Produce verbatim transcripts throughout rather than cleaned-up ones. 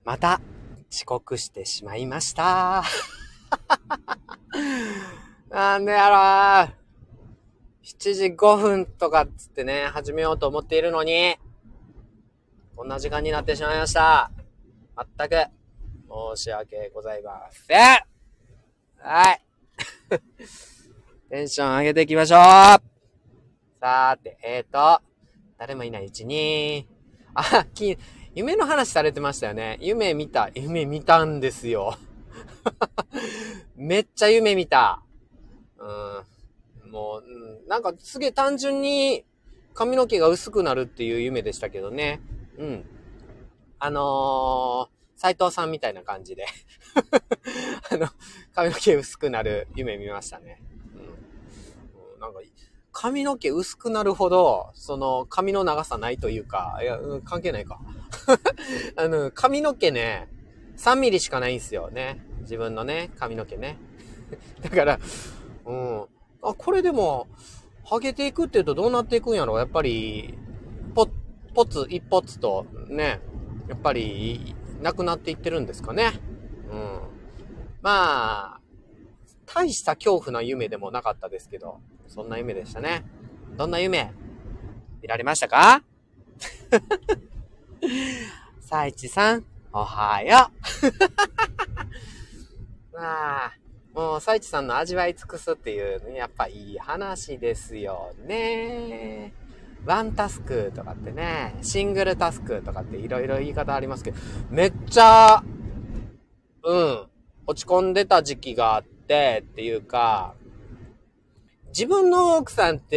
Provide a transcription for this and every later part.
また遅刻してしまいました。なんでやろしちじごふんとかっつってね、始めようと思っているのに、こんな時間になってしまいました。まったく、申し訳ございません。はい。テンション上げていきましょう。さーて、えーと、誰もいないうちに、あ、き、夢の話されてましたよね。夢見た。夢見たんですよ。めっちゃ夢見た。うん。もう、うん、なんかすげえ単純に髪の毛が薄くなるっていう夢でしたけどね。うん。あのー、斉藤さんみたいな感じで。あの、髪の毛薄くなる夢見ましたね。うん。なんか、髪の毛薄くなるほど、その、髪の長さないというか、いや、うん、関係ないか。あの、髪の毛ね、さんミリしかないんですよね。自分のね、髪の毛ね。だから、うん。あ、これでも、ハゲていくって言うとどうなっていくんやろ？やっぱり、ポ、ポツ、一ポツと、ね、やっぱり、なくなっていってるんですかね。うん。まあ、大した恐怖な夢でもなかったですけど、そんな夢でしたね。どんな夢見られましたか？さいちさん、おはよう。まあ、もう、さいちさんの味わい尽くすっていうね、やっぱいい話ですよね。ワンタスクとかってね、シングルタスクとかっていろいろ言い方ありますけど、めっちゃ、うん、落ち込んでた時期があってっていうか、自分の奥さんって、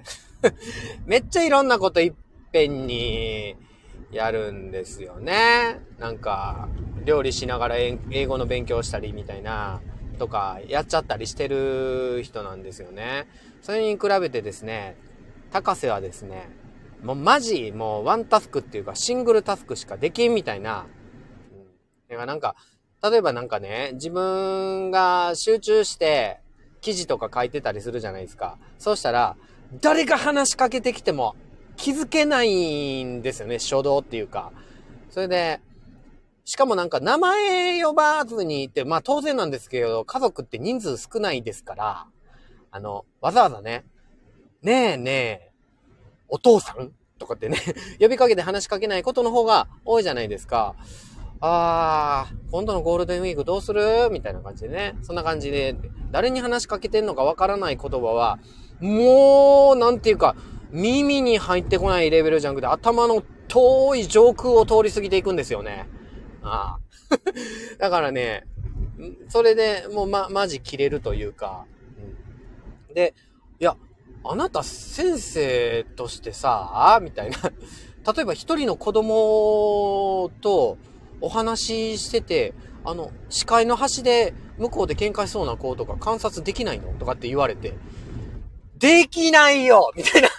めっちゃいろんなこといっぺんにやるんですよね。なんか、料理しながら英語の勉強したりみたいな、とか、やっちゃったりしてる人なんですよね。それに比べてですね、高瀬はですね、もうマジ、もうワンタスクっていうかシングルタスクしかできんみたいな。うん。だからなんか、例えばなんかね、自分が集中して記事とか書いてたりするじゃないですか。そうしたら、誰が話しかけてきても気づけないんですよね、初動っていうか。それで、しかもなんか名前呼ばずにって、まあ当然なんですけど、家族って人数少ないですから、あの、わざわざね、ねえねえ、お父さんとかってね、呼びかけて話しかけないことの方が多いじゃないですか。あー、今度のゴールデンウィークどうするみたいな感じでね。そんな感じで、誰に話しかけてんのかわからない言葉は、もう、なんていうか、耳に入ってこないレベルじゃなくて、頭の遠い上空を通り過ぎていくんですよね。ああ。だからね、それでもうま、マジ切れるというか。うん、で、いや、あなた先生としてさ、みたいな。例えば一人の子供とお話ししてて、あの、視界の端で向こうで喧嘩しそうな子とか観察できないのとかって言われて、できないよみたいな。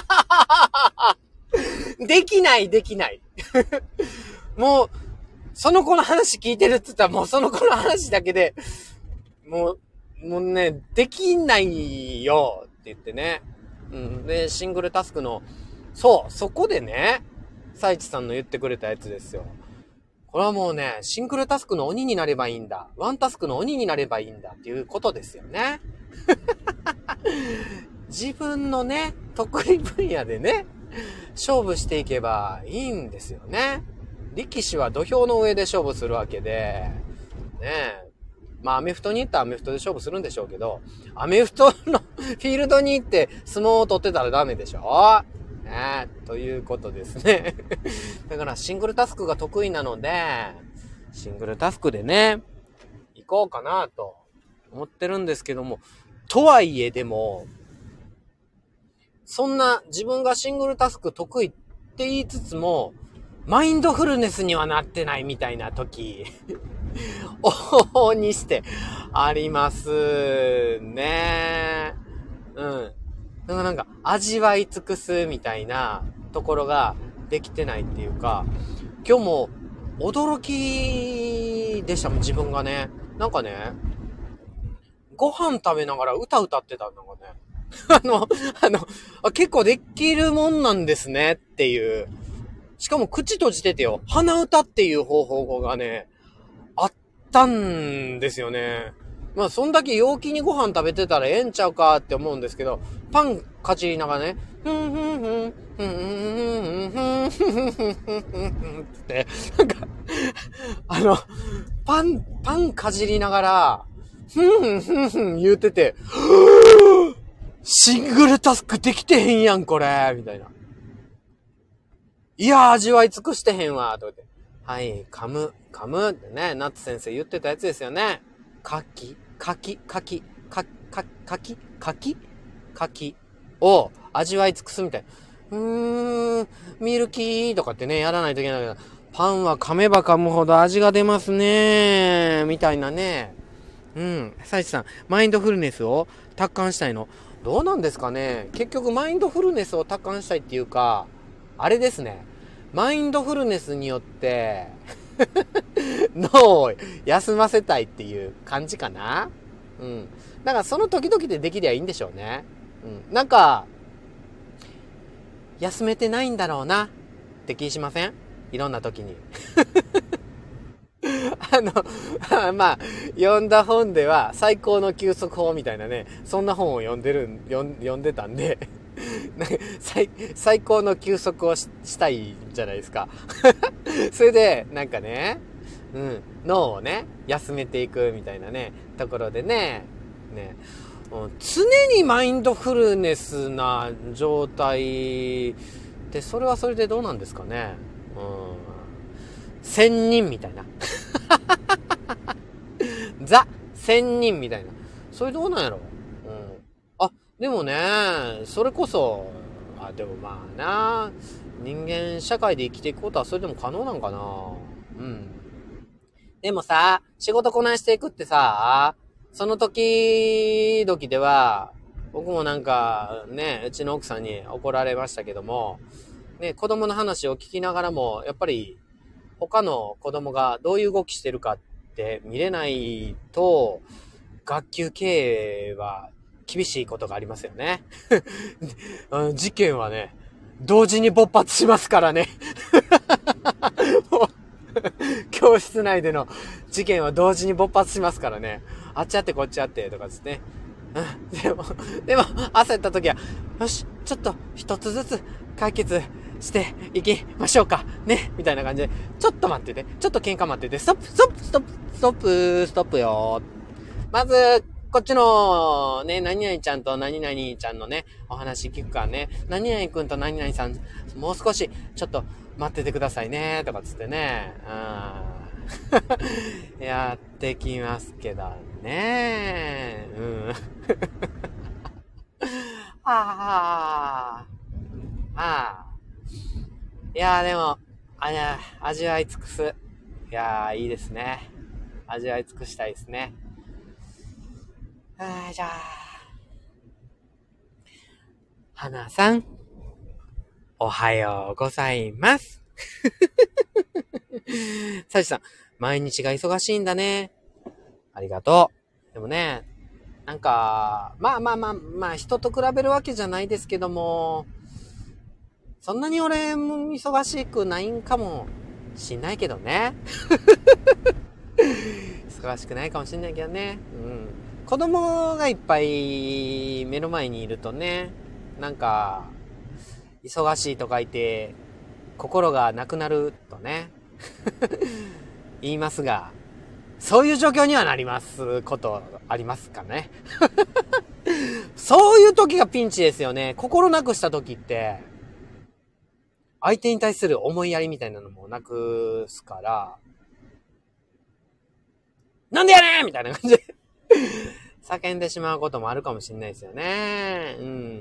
できない、できない。もう、その子の話聞いてるって言ったらもうその子の話だけで、もう、もうね、できないよって言ってね。うん。で、シングルタスクの、そう、そこでね、サイチさんの言ってくれたやつですよ。これはもうね、シングルタスクの鬼になればいいんだ。ワンタスクの鬼になればいいんだっていうことですよね。自分のね、得意分野でね、勝負していけばいいんですよね。力士は土俵の上で勝負するわけで、ねえ。まあ、アメフトに行ったらアメフトで勝負するんでしょうけど、アメフトのフィールドに行って相撲を取ってたらダメでしょねえ、ということですね。だからシングルタスクが得意なので、シングルタスクでね、行こうかなと思ってるんですけども、とはいえでも、そんな自分がシングルタスク得意って言いつつも、マインドフルネスにはなってないみたいな時、往々にしてありますね。うん。だからなんか味わい尽くすみたいなところができてないっていうか、今日も驚きでしたもん、自分がね。なんかね、ご飯食べながら歌歌ってたのがね、あの、あの、結構できるもんなんですねっていう、 しかも口閉じててよ、鼻歌っていう方法がね、あったんですよね。まあ、そんだけ陽気にご飯食べてたらええんちゃうかって思うんですけど、パンかじりながらね、ふんふんふん、ふんふんふんふんふんふんふんふんって、なんか、あの、パン、パンかじりながら、ふんふんふんふん言うてて、シングルタスクできてへんやん、これみたいな。いやー、味わい尽くしてへんわ、とか言って。はい、噛む、噛むってね、ナッツ先生言ってたやつですよね。柿、柿、柿、か、か、柿、柿、柿を味わい尽くすみたいな。うーん、ミルキーとかってね、やらないといけないけど、パンは噛めば噛むほど味が出ますね、みたいなね。うん。サイチさん、マインドフルネスを達観したいの？どうなんですかね？結局マインドフルネスを達観したいっていうか、あれですね。マインドフルネスによって、脳を休ませたいっていう感じかな。うん。だからその時々でできりゃいいんでしょうね。うん。なんか、休めてないんだろうなって気しません？いろんな時に。あの、まあ、読んだ本では最高の休息法みたいなね、そんな本を読んでる、読んでたんで、最、最高の休息を し, したいじゃないですか。それで、なんかね、うん、脳をね、休めていくみたいなね、ところでね、ね、うん、常にマインドフルネスな状態って、それはそれでどうなんですかね。うん、仙人みたいな。ザ仙人みたいな。それどうなんやろ。うん。あ、でもね、それこそ、あ、でもまあな、人間社会で生きていくことはそれでも可能なんかな。うん。でもさ、仕事こなしていくってさ、その時々では、僕もなんかね、うちの奥さんに怒られましたけども、ね、子供の話を聞きながらも、やっぱり他の子供がどういう動きしてるかって見れないと、学級経営は厳しいことがありますよね。事件はね、同時に勃発しますからね。もう教室内での事件は同時に勃発しますからね。あっちあってこっちあってとかですね。うん、でも、でも、焦った時は、よし、ちょっと一つずつ解決していきましょうか。ね。みたいな感じで、ちょっと待ってて、ちょっと喧嘩待ってて、ストップ、ストップ、ストップ、ストップ、ストップよ。まず、こっちの、ね、何々ちゃんと何々ちゃんのね、お話聞くからね、何々くんと何々さん、もう少し、ちょっと待っててくださいね、とかつってね、うん、やってきますけどね、うん。はあ、はあ。いやーでも、あや、味わい尽くす。いやー、いいですね。味わい尽くしたいですね。あー、じゃあ、花さん、おはようございます。さじさん、毎日が忙しいんだね。ありがとう。でもね、なんか、まあまあまあまあ、人と比べるわけじゃないですけども、そんなに俺も忙しくないんかもしんないけどね。忙しくないかもしんないけどね。うん。子供がいっぱい目の前にいるとね、なんか、忙しいと書いて、心がなくなるとね、言いますが、そういう状況にはなりますことありますかね。そういう時がピンチですよね。心なくした時って、相手に対する思いやりみたいなのもなくすから、なんでやねんみたいな感じで叫んでしまうこともあるかもしれないですよね。うん。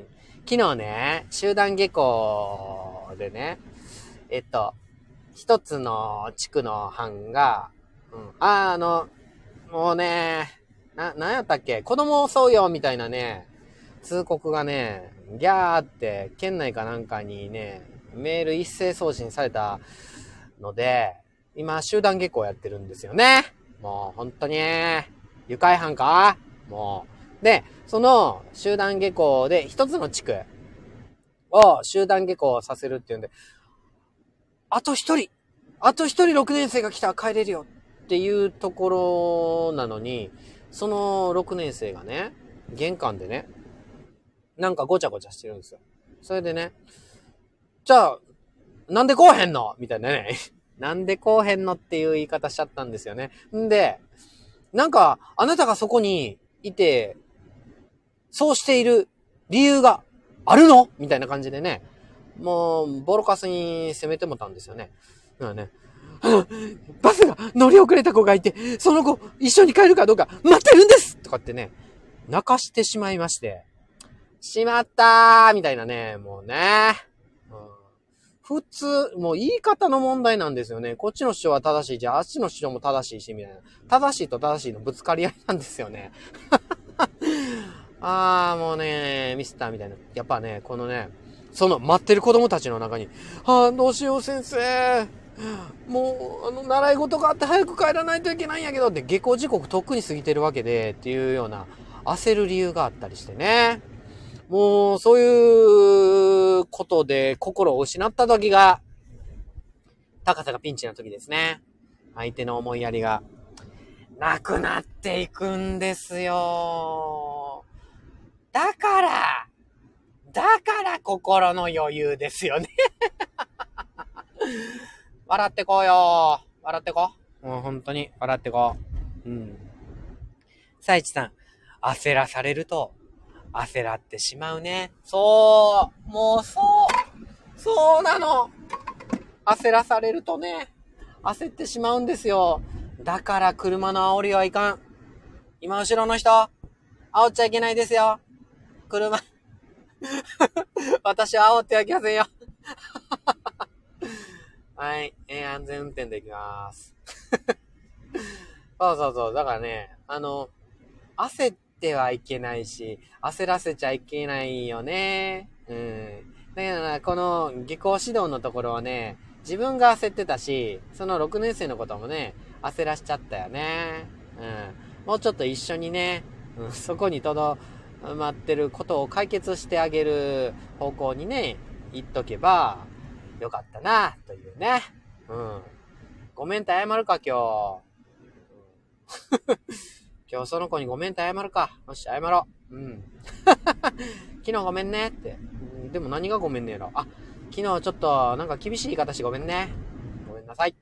昨日ね、集団下校でね、えっと、一つの地区の班が、うん、あー、あの、もうね、な、なんやったっけ、子供襲うよみたいなね、通告がね、ギャーって県内かなんかにね、メール一斉送信されたので、今集団下校やってるんですよね。もう本当に、愉快犯かもう。で、その集団下校で一つの地区を集団下校させるっていうんで、 あと一人、あと一人ろくねん生が来たら帰れるよっていうところなのに、そのろくねん生がね、玄関でね、なんかごちゃごちゃしてるんですよ。それでね、じゃあ、なんで来おへんのみたいなね。なんで来おへんのっていう言い方しちゃったんですよね。んで、なんか、あなたがそこにいて、そうしている理由があるのみたいな感じでね、もう、ボロカスに攻めてもたんですよね。だからね、バスが乗り遅れた子がいて、その子一緒に帰るかどうか待ってるんですとかってね、泣かしてしまいまして、しまったーみたいなね、もうね、うん、普通、もう言い方の問題なんですよね。こっちの主張は正しいじゃあ、あっちの主張も正しいし、みたいな。正しいと正しいのぶつかり合いなんですよね。あー、もうね、ミスターみたいな。やっぱね、このね、その待ってる子供たちの中に、あー、どうしよう先生。もう、あの、習い事があって早く帰らないといけないんやけどって、下校時刻とっくに過ぎてるわけで、っていうような、焦る理由があったりしてね。もう、そういうことで心を失った時が、高さがピンチな時ですね。相手の思いやりが、なくなっていくんですよ。だから、だから心の余裕ですよね。笑ってこうよ。笑ってこう。もう本当に笑ってこう。うん。さいちさん、焦らされると、焦らってしまうね。そう。もうそう。そうなの。焦らされるとね、焦ってしまうんですよ。だから車の煽りはいかん。今後ろの人、煽っちゃいけないですよ。車。私は煽ってはいけませんよ。はい、えー、安全運転で行きます。そうそうそう。だからね、あの、焦ってはいけないし、焦らせちゃいけないよね。うん。だからこの下校指導のところはね、自分が焦ってたし、そのろくねん生のこともね、焦らしちゃったよね。うん。もうちょっと一緒にね、うん、そこにとどまってることを解決してあげる方向にね、行っとけばよかったな、というね。うん。ごめんって謝るか、今日。今日その子にごめんって謝るか。よし、謝ろう。うん。昨日ごめんねって。でも何がごめんねやろ。あ、昨日ちょっとなんか厳しい言い方してごめんね。ごめんなさいって、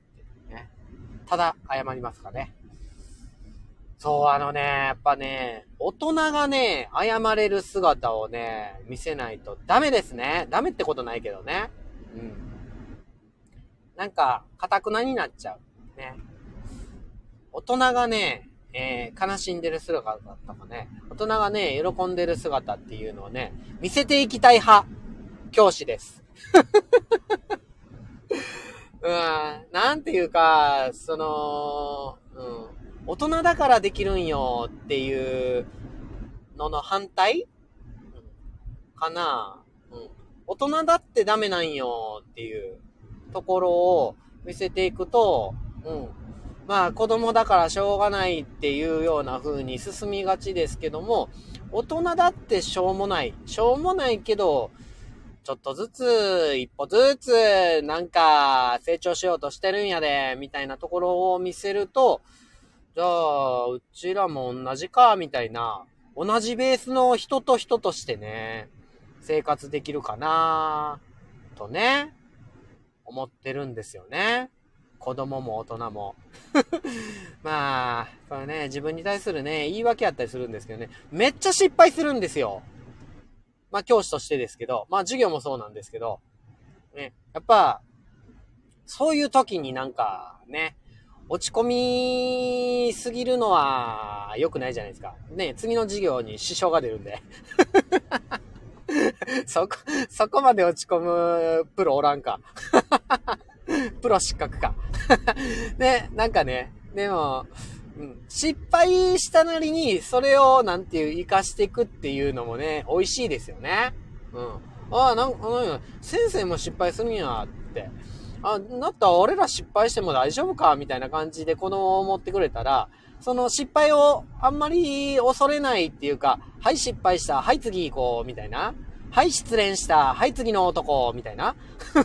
ね。ただ謝りますかね。そう、あのね、やっぱね、大人がね、謝れる姿をね、見せないとダメですね。ダメってことないけどね。うん。なんか、堅くなになっちゃう。ね。大人がね、えー、悲しんでる姿とかね、大人がね、喜んでる姿っていうのをね、見せていきたい派、教師です。うん、なんていうか、その、うん、大人だからできるんよっていうのの反対、うん、かな、うん。大人だってダメなんよっていうところを見せていくと、うん。まあ子供だからしょうがないっていうような風に進みがちですけども、大人だってしょうもない。しょうもないけど、ちょっとずつ、一歩ずつ、なんか成長しようとしてるんやで、みたいなところを見せると、じゃあ、うちらも同じか、みたいな、同じベースの人と人としてね、生活できるかな、とね、思ってるんですよね。子供も大人も。まあ、これね、自分に対するね、言い訳あったりするんですけどね、めっちゃ失敗するんですよ。まあ、教師としてですけど、まあ、授業もそうなんですけど、ね、やっぱ、そういう時になんか、ね、落ち込みすぎるのは良くないじゃないですか。ね、次の授業に支障が出るんで。そこ、そこまで落ち込むプロおらんか。プロ失格か。ね、なんかね、でも、うん、失敗したなりに、それを、なんていう、活かしていくっていうのもね、美味しいですよね。うん。ああ、なんか、先生も失敗するんや、って。あ、だったら俺ら失敗しても大丈夫かみたいな感じで子供を思ってくれたら、その失敗をあんまり恐れないっていうか、はい失敗した、はい次行こう、みたいな。 はい、失恋した。はい、次の男。みたいな。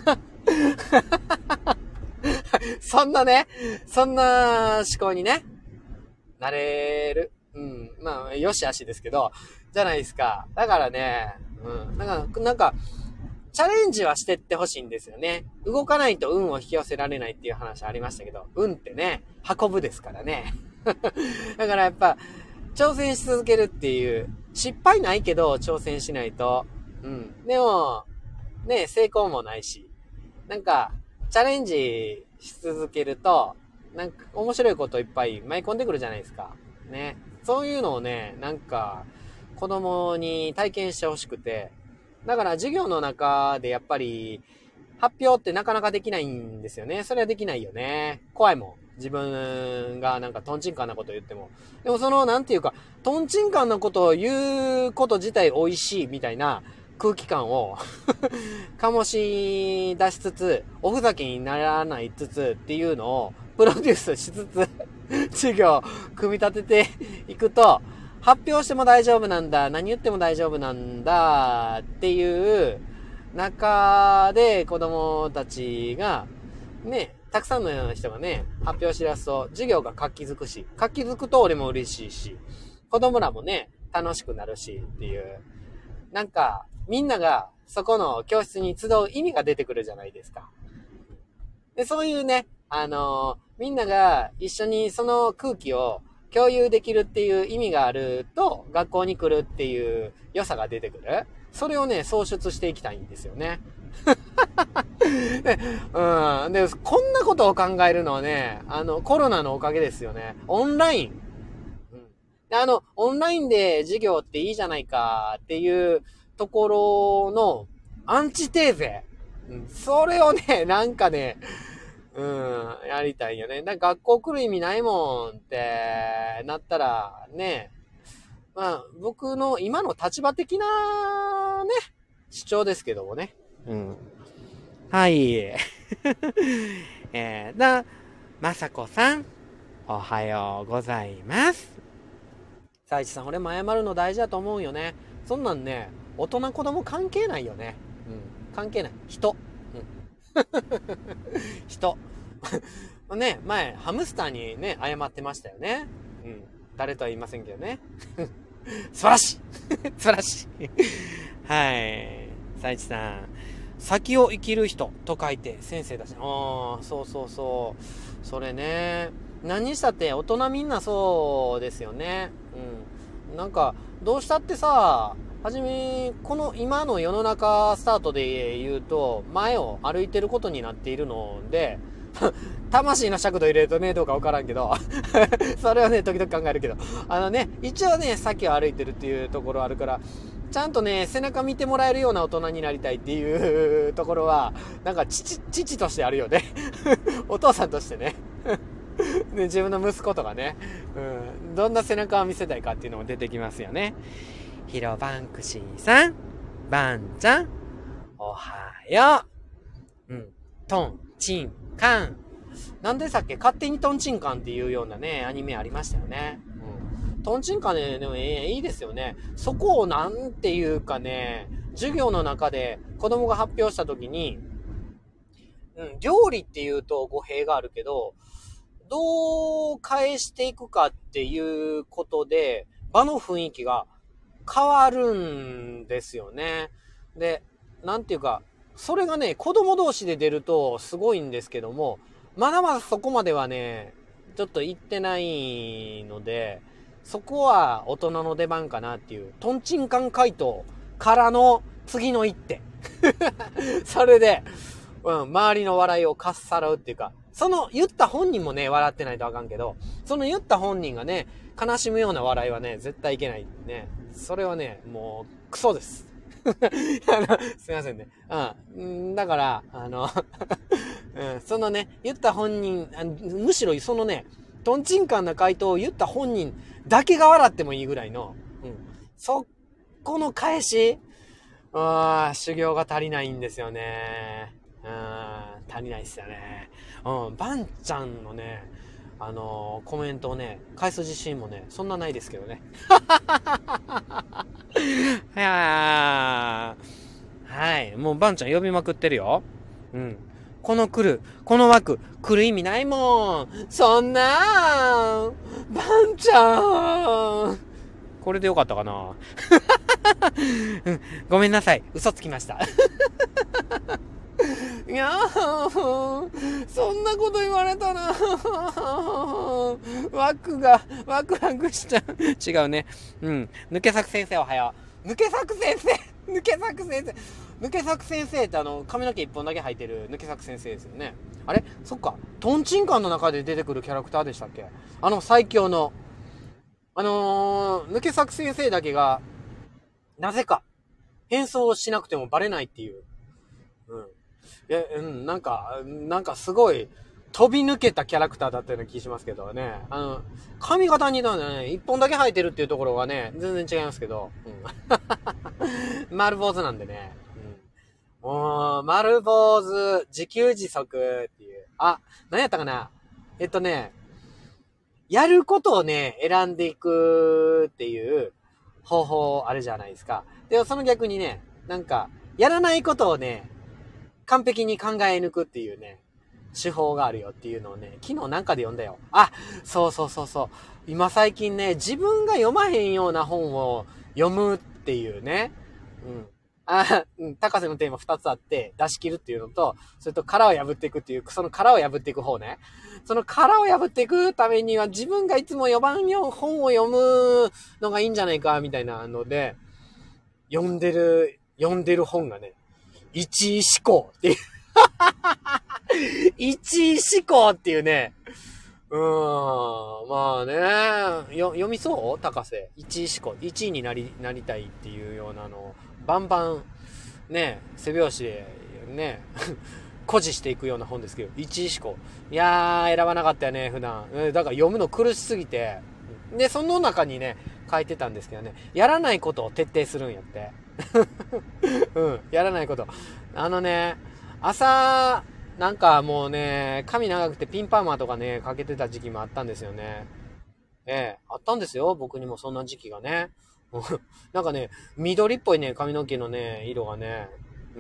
そんなね、そんな思考にね、なれる。うん。まあ、よしあしですけど、じゃないですか。だからね、うん。なんか、なんか、チャレンジはしてってほしいんですよね。動かないと運を引き寄せられないっていう話ありましたけど、運ってね、運ぶですからね。だからやっぱ、挑戦し続けるっていう、失敗ないけど挑戦しないと、うん。でも、ね、成功もないし、なんか、チャレンジし続けると、なんか面白いこといっぱい舞い込んでくるじゃないですか。ね。そういうのをね、なんか、子供に体験してほしくて、だから授業の中でやっぱり、発表ってなかなかできないんですよね。それはできないよね。怖いもん。自分がなんかトンチンカンなこと言っても。でもその、なんていうか、トンチンカンなことを言うこと自体美味しいみたいな空気感を醸し出しつつ、おふざけにならないつつっていうのをプロデュースしつつ、授業を組み立てていくと、発表しても大丈夫なんだ、何言っても大丈夫なんだっていう中で子供たちがね、たくさんのような人がね、発表しだすと授業が活気づくし、活気づくと俺も嬉しいし、子供らもね、楽しくなるしっていう、なんかみんながそこの教室に集う意味が出てくるじゃないですか。で、そういうね、あのー、みんなが一緒にその空気を共有できるっていう意味があると、学校に来るっていう良さが出てくる。それをね、創出していきたいんですよね。で、うん。で、こんなことを考えるのはね、あの、コロナのおかげですよね。オンライン。うん、であの、オンラインで授業っていいじゃないかっていうところのアンチテーゼ。うん、それをね、なんかね、うん、やりたいよね。だから学校来る意味ないもんってなったら、ね、まあ、僕の今の立場的なね、主張ですけどもね。うん。はい。えー、だ、まさこさん、おはようございます。さいちさん、俺も謝るの大事だと思うよね。そんなんね、大人子供関係ないよね。うん。関係ない。人。うん。人。ね、前、ハムスターにね、謝ってましたよね。うん。誰とは言いませんけどね。素晴らしい素晴らしいはい。さいちさん。先を生きる人と書いて先生だし。ああ、そうそうそう。それね。何にしたって大人みんなそうですよね。うん。なんか、どうしたってさ、はじめ、この今の世の中スタートで言うと、前を歩いてることになっているので、魂の尺度入れるとね、どうかわからんけど、それはね、時々考えるけど、あのね、一応ね、先を歩いてるっていうところあるから、ちゃんとね、背中見てもらえるような大人になりたいっていうところは、なんか父、父としてあるよね。お父さんとしてね。で自分の息子とかね、うん、どんな背中を見せたいかっていうのも出てきますよね。ヒロバンクシーさん、バンちゃん、おはよう。うん、トン、チン、カン。なんでさっけ勝手にトンチンカンっていうようなね、アニメありましたよね。うん、トンチンカンね、でもえー、いいですよね。そこをなんていうかね、授業の中で子供が発表したときに、うん、料理っていうと語弊があるけど、どう返していくかっていうことで、場の雰囲気が変わるんですよね。で、なんていうか、それがね、子供同士で出るとすごいんですけども、まだまだそこまではね、ちょっと行ってないので、そこは大人の出番かなっていう、トンチンカン回答からの次の一手。それで、うん、周りの笑いをかっさらうっていうか、その言った本人もね、笑ってないとあかんけど、その言った本人がね、悲しむような笑いはね、絶対いけないね。それはね、もう、クソです。あのすいませんね。うん。だから、あの、うん、そのね、言った本人、むしろそのね、トンチンカンな回答を言った本人だけが笑ってもいいぐらいの、うん。そこの返し、あ修行が足りないんですよね。うん、足りないっすよね。うん、バンちゃんのね、あのー、コメントをね、返す自信もね、そんなないですけどね。いやーはい。もうバンちゃん呼びまくってるよ。うん。この来る、この枠、来る意味ないもん。そんなバンちゃん。これでよかったかなうん、ごめんなさい。嘘つきました。いやー、そんなこと言われたら、ワクが、ワクワクしちゃう。違うね。うん。抜け作先生おはよう。抜け作先生抜け作先生抜け作先生ってあの、髪の毛一本だけ生えてる抜け作先生ですよね。あれそっか。トンチンカンの中で出てくるキャラクターでしたっけ？あの最強の。あのー、抜け作先生だけが、なぜか、変装しなくてもバレないっていう。うん。え、うん、なんか、なんかすごい、飛び抜けたキャラクターだったような気しますけどね。あの、髪型にね、一本だけ生えてるっていうところがね、全然違いますけど。うん、丸坊主なんでね。うん、もう、丸坊主、自給自足っていう。あ、何やったかな？えっとね、やることをね、選んでいくっていう方法あるじゃないですか。で、その逆にね、なんか、やらないことをね、完璧に考え抜くっていうね、手法があるよっていうのをね、昨日なんかで読んだよ。あ、そうそうそうそう。今最近ね、自分が読まへんような本を読むっていうね。うん。あ、うん、高瀬のテーマ二つあって、出し切るっていうのと、それと殻を破っていくっていう、その殻を破っていく方ね。その殻を破っていくためには自分がいつも読まんよ本を読むのがいいんじゃないか、みたいなので、読んでる、読んでる本がね、一位思考っていう一位思考っていうね。うーん。まあね。よ、読みそう高瀬。一位思考。一位になり、なりたいっていうようなのを、バンバン、ね、背拍子で、ね、誇示していくような本ですけど、一位思考。いやー、選ばなかったよね、普段。だから読むの苦しすぎて。で、その中にね、書いてたんですけどね、やらないことを徹底するんやって。うん、やらないこと。あのね、朝、なんかもうね、髪長くてピンパーマとかね、かけてた時期もあったんですよね。ええ、あったんですよ。僕にもそんな時期がね。なんかね、緑っぽいね、髪の毛のね、色がね、うん、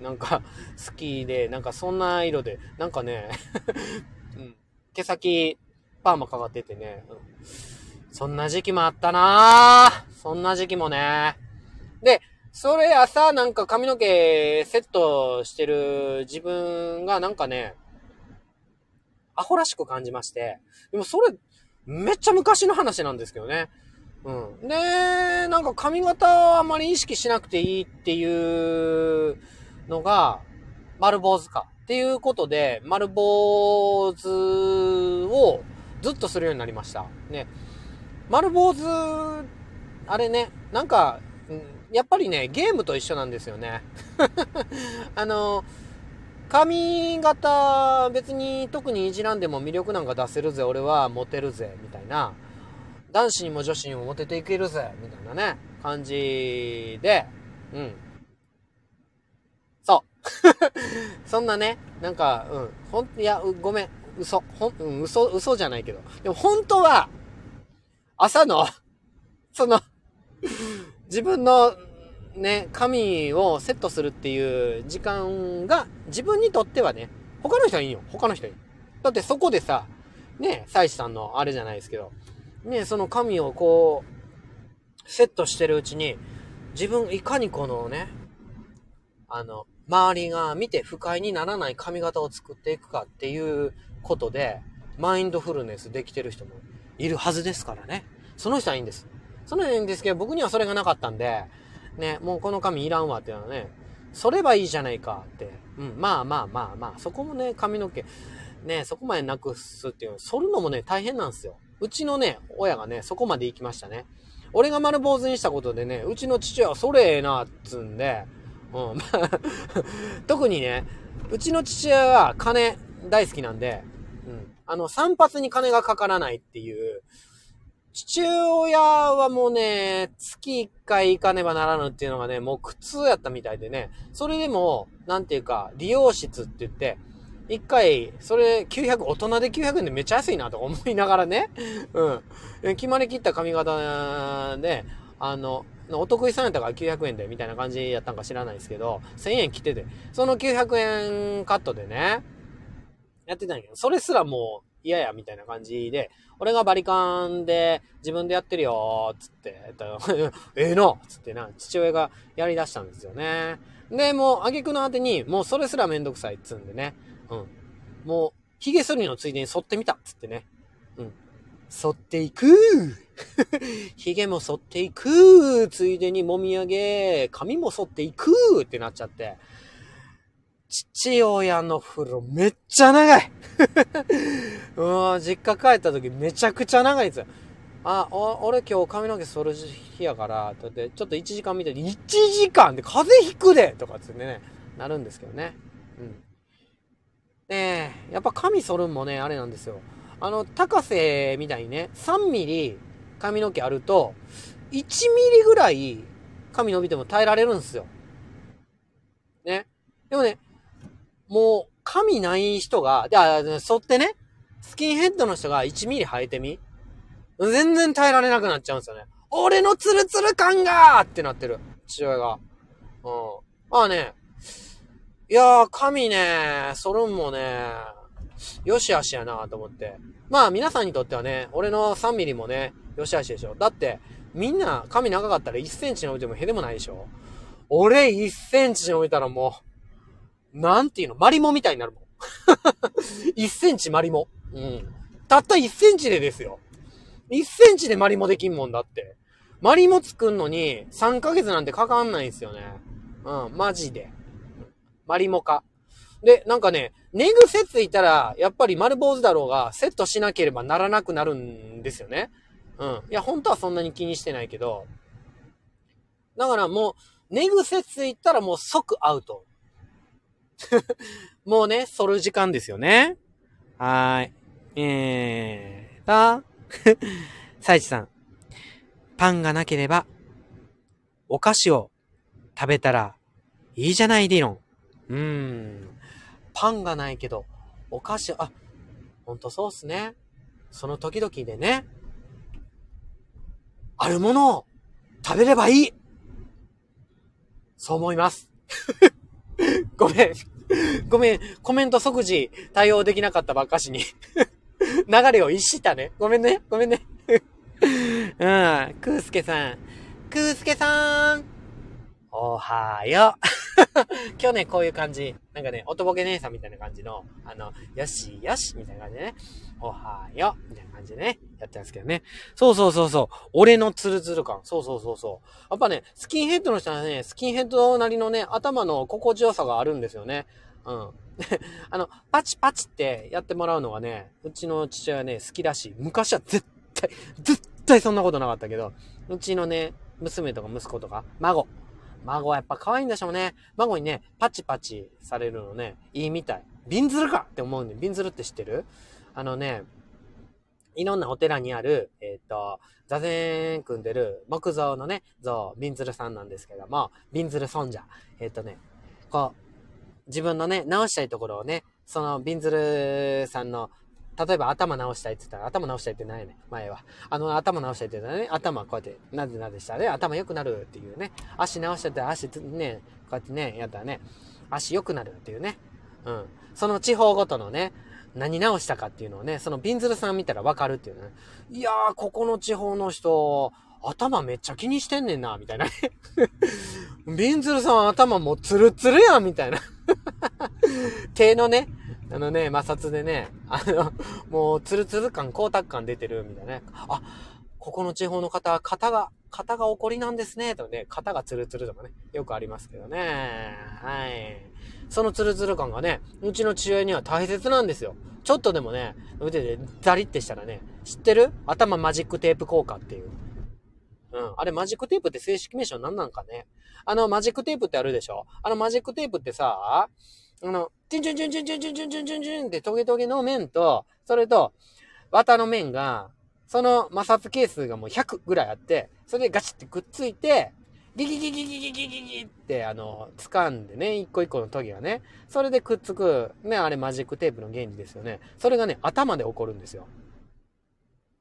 なんか好きで、なんかそんな色で、なんかね、うん、毛先パーマかかっててね、うん、そんな時期もあったなぁ。そんな時期もね。で、それ朝なんか髪の毛セットしてる自分がなんかね、アホらしく感じまして。でもそれ、めっちゃ昔の話なんですけどね。うん。で、なんか髪型はあまり意識しなくていいっていうのが、丸坊主か。っていうことで、丸坊主をずっとするようになりました。ね。丸坊主、あれね、なんか、やっぱりね、ゲームと一緒なんですよね。あの、髪型、別に特にいじらんでも魅力なんか出せるぜ、俺はモテるぜ、みたいな。男子にも女子にもモテていけるぜ、みたいなね、感じで、うん。そう。そんなね、なんか、うん、ほん、いや、ごめん、嘘、ほん、うん、嘘、嘘じゃないけど。でも本当は、朝の、その、自分の、ね、髪をセットするっていう時間が、自分にとってはね、他の人はいいよ。他の人はいい。だってそこでさ、ね、サイシさんのあれじゃないですけど、ね、その髪をこう、セットしてるうちに、自分いかにこのね、あの、周りが見て不快にならない髪型を作っていくかっていうことで、マインドフルネスできてる人もいるはずですからね。その人はいいんです。その人はいいんですけど、僕にはそれがなかったんで、ね、もうこの髪いらんわっていうのはね、そればいいじゃないかって。うん、まあまあまあまあ、そこもね、髪の毛、ね、そこまでなくすっていうの、剃るのもね、大変なんですよ。うちのね、親がね、そこまで行きましたね。俺が丸坊主にしたことでね、うちの父親はそれええな、っつんで、うん、まあ特にね、うちの父親は金大好きなんで、うん、あの、散髪に金がかからないっていう、父親はもうね、月一回行かねばならぬっていうのがね、もう苦痛やったみたいでね、それでも、なんていうか、利用室って言って、一回、それきゅうひゃく、大人できゅうひゃくえんでめっちゃ安いなと思いながらね、うん。決まりきった髪型で、 あの、お得意さんやったからきゅうひゃくえんでみたいな感じやったんか知らないですけど、せんえん切ってて、そのきゅうひゃくえんカットでね、やってたんやけど、それすらもう嫌やみたいな感じで、俺がバリカンで自分でやってるよーつって、ええなつってな、父親がやり出したんですよね。で、もう、挙句の果てに、もうそれすらめんどくさいっつうんでね、うん。もう、髭剃りのついでに剃ってみたっつってね、うん。剃っていく髭も剃っていくついでにもみあげ、髪も剃っていくってなっちゃって、父親の風呂めっちゃ長いうん、実家帰った時めちゃくちゃ長いんですよ。あ、お俺今日髪の毛剃る日やから、だってちょっといちじかん見て、いちじかんで風邪ひくでとかつってね、なるんですけどね。うん。ねえ、やっぱ髪剃るんもね、あれなんですよ。あの、高瀬みたいにね、さんミリ髪の毛あると、いちミリぐらい髪伸びても耐えられるんですよ。ね。でもね、もう、髪ない人が、で、あ、剃ってね、スキンヘッドの人がいちミリ生えてみ全然耐えられなくなっちゃうんですよね。俺のツルツル感がーってなってる。父親が。うん。まあね、いやー、髪ね、剃るんもね、よしあしやなと思って。まあ皆さんにとってはね、俺のさんミリもね、よしあしでしょ。だって、みんな髪長かったらいっセンチ伸びてもへでもないでしょ。俺いっセンチ伸びたらもう、なんていうの、マリモみたいになるもん。いっセンチマリモ。うん。たったいっセンチでですよ。いっセンチでマリモできんもんだって。マリモ作んのにさんかげつなんてかかんないんですよね。うん、マジで。マリモか。で、なんかね、寝癖ついたら、やっぱり丸坊主だろうが、セットしなければならなくなるんですよね。うん。いや、本当はそんなに気にしてないけど。だからもう、寝癖ついたらもう即アウト。もうね、剃る時間ですよね。はーい。えーと、さいちさん。パンがなければ、お菓子を食べたらいいじゃない理論。うーん。パンがないけど、お菓子、あ、ほんとそうっすね。その時々でね、あるものを食べればいい。そう思います。ごめん。ごめん。コメント即時対応できなかったばっかしに。流れを逸したね。ごめんね。ごめんね。うん。クースケさん。クースケさん。おはよう。今日ね、こういう感じ。なんかね、おとぼけ姉さんみたいな感じの、あの、よしよし、みたいな感じでね。おはよう、みたいな感じでね、やってますけどね。そうそうそうそう。俺のツルツル感。そうそうそうそう。やっぱね、スキンヘッドの人はね、スキンヘッドなりのね、頭の心地よさがあるんですよね。うん。あの、パチパチってやってもらうのはね、うちの父親はね、好きらしい。昔は絶対、絶対そんなことなかったけど、うちのね、娘とか息子とか、孫。孫はやっぱ可愛いんでしょうね。孫にね、パチパチされるのね、いいみたい。ビンズルかって思うんで、ビンズルって知ってる？あのね、いろんなお寺にある、えっと、座禅組んでる木造のね、像、ビンズルさんなんですけども、ビンズル尊者。えっとね、こう、自分のね、直したいところをね、そのビンズルさんの、例えば頭直したいって言ったら、頭直したいってないね。前は。あの、頭直したいって言ったらね、頭こうやって、なでなでしたらね、頭良くなるっていうね。足直したって足ね、こうやってね、やったらね、足良くなるっていうね。うん。その地方ごとのね、何直したかっていうのをね、そのビンズルさん見たらわかるっていうね。いやー、ここの地方の人、頭めっちゃ気にしてんねんな、みたいなね。ビンズルさん頭もうツルツルやん、みたいな。手のね、あのね、摩擦でね、あの、もうツルツル感、光沢感出てる、みたいなね。あ、ここの地方の方は肩が、肩が怒りなんですね、とかね、肩がツルツルとかね、よくありますけどね。はい。そのツルツル感がね、うちの父親には大切なんですよ。ちょっとでもね、腕でザリってしたらね、知ってる？頭マジックテープ効果っていう。うん。あれマジックテープって正式名称何なんかね。あのマジックテープってあるでしょ？あのマジックテープってさ、あの、チュンチュンチュンチュンチュンチュンチュンチュンチュンチュンってトゲトゲの面と、それと、綿の面が、その摩擦係数がもうひゃくぐらいあって、それでガチってくっついて、ギギギギギギギギギってあの、掴んでね、一個一個のトゲがね、それでくっつく、ね、あれマジックテープの原理ですよね。それがね、頭で起こるんですよ。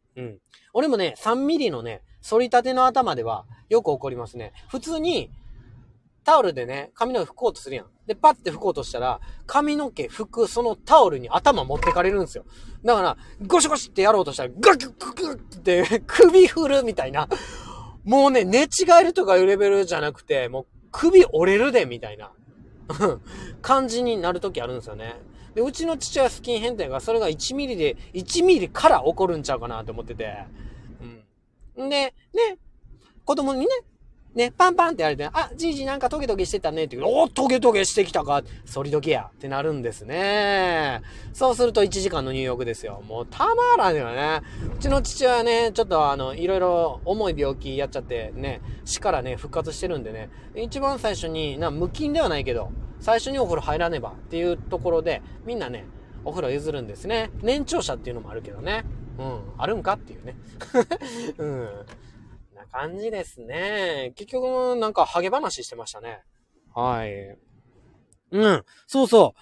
うん。俺もね、さんミリのね、反り立ての頭ではよく起こりますね。普通に、タオルでね、髪の毛拭こうとするやん。で、パッて拭こうとしたら、髪の毛拭くそのタオルに頭持ってかれるんですよ。だから、ゴシゴシってやろうとしたら、ガキュッガキュッって首振るみたいな。もうね、寝違えるとかいうレベルじゃなくて、もう首折れるで、みたいな感じになるときあるんですよね。で、うちの父親スキン変態が、それがいちミリで、いちミリから起こるんちゃうかなって思ってて。うん。んで、ね、子供にね、ね、パンパンってやられて、あ、じいじなんかトゲトゲしてたねって言うおー、トゲトゲしてきたか、反り時やってなるんですね。そうするといちじかんの入浴ですよ。もうたまらんよね。うちの父はね、ちょっとあの、いろいろ重い病気やっちゃってね、死からね、復活してるんでね、一番最初に、な、無菌ではないけど、最初にお風呂入らねばっていうところで、みんなね、お風呂譲るんですね。年長者っていうのもあるけどね。うん、あるんかっていうね。うん。感じですね。結局、なんか、ハゲ話してましたね。はい。うん。そうそう。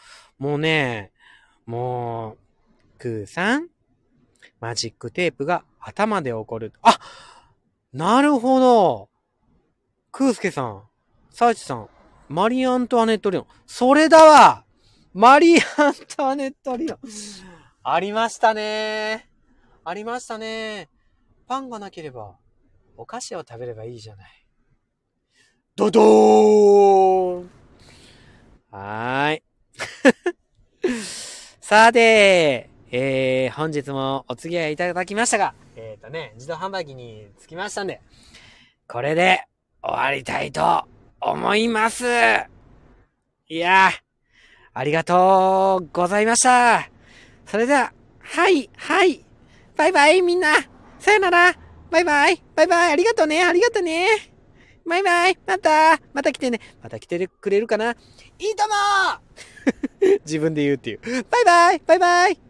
もうね、もう、クーさん、マジックテープが頭で起こる。あ、なるほど。クースケさん、サーチさん、マリー・アントワネット・リオン。それだわ。マリー・アントワネット・リオン。ありましたね。ありましたね。パンがなければ、お菓子を食べればいいじゃない。ドドーン。はーい。さて、えー、本日もお付き合いいただきましたが、えーとね、自動販売機に着きましたんで、これで終わりたいと思います。いやー、ありがとうございました。それでは、はい、はい、バイバイみんな、さよなら、バイバイ、バイバイ、ありがとうね、ありがとうね。バイバイ、また、また来てね。また来てくれるかな。いいとも自分で言うっていう。バイバイ、バイバイ。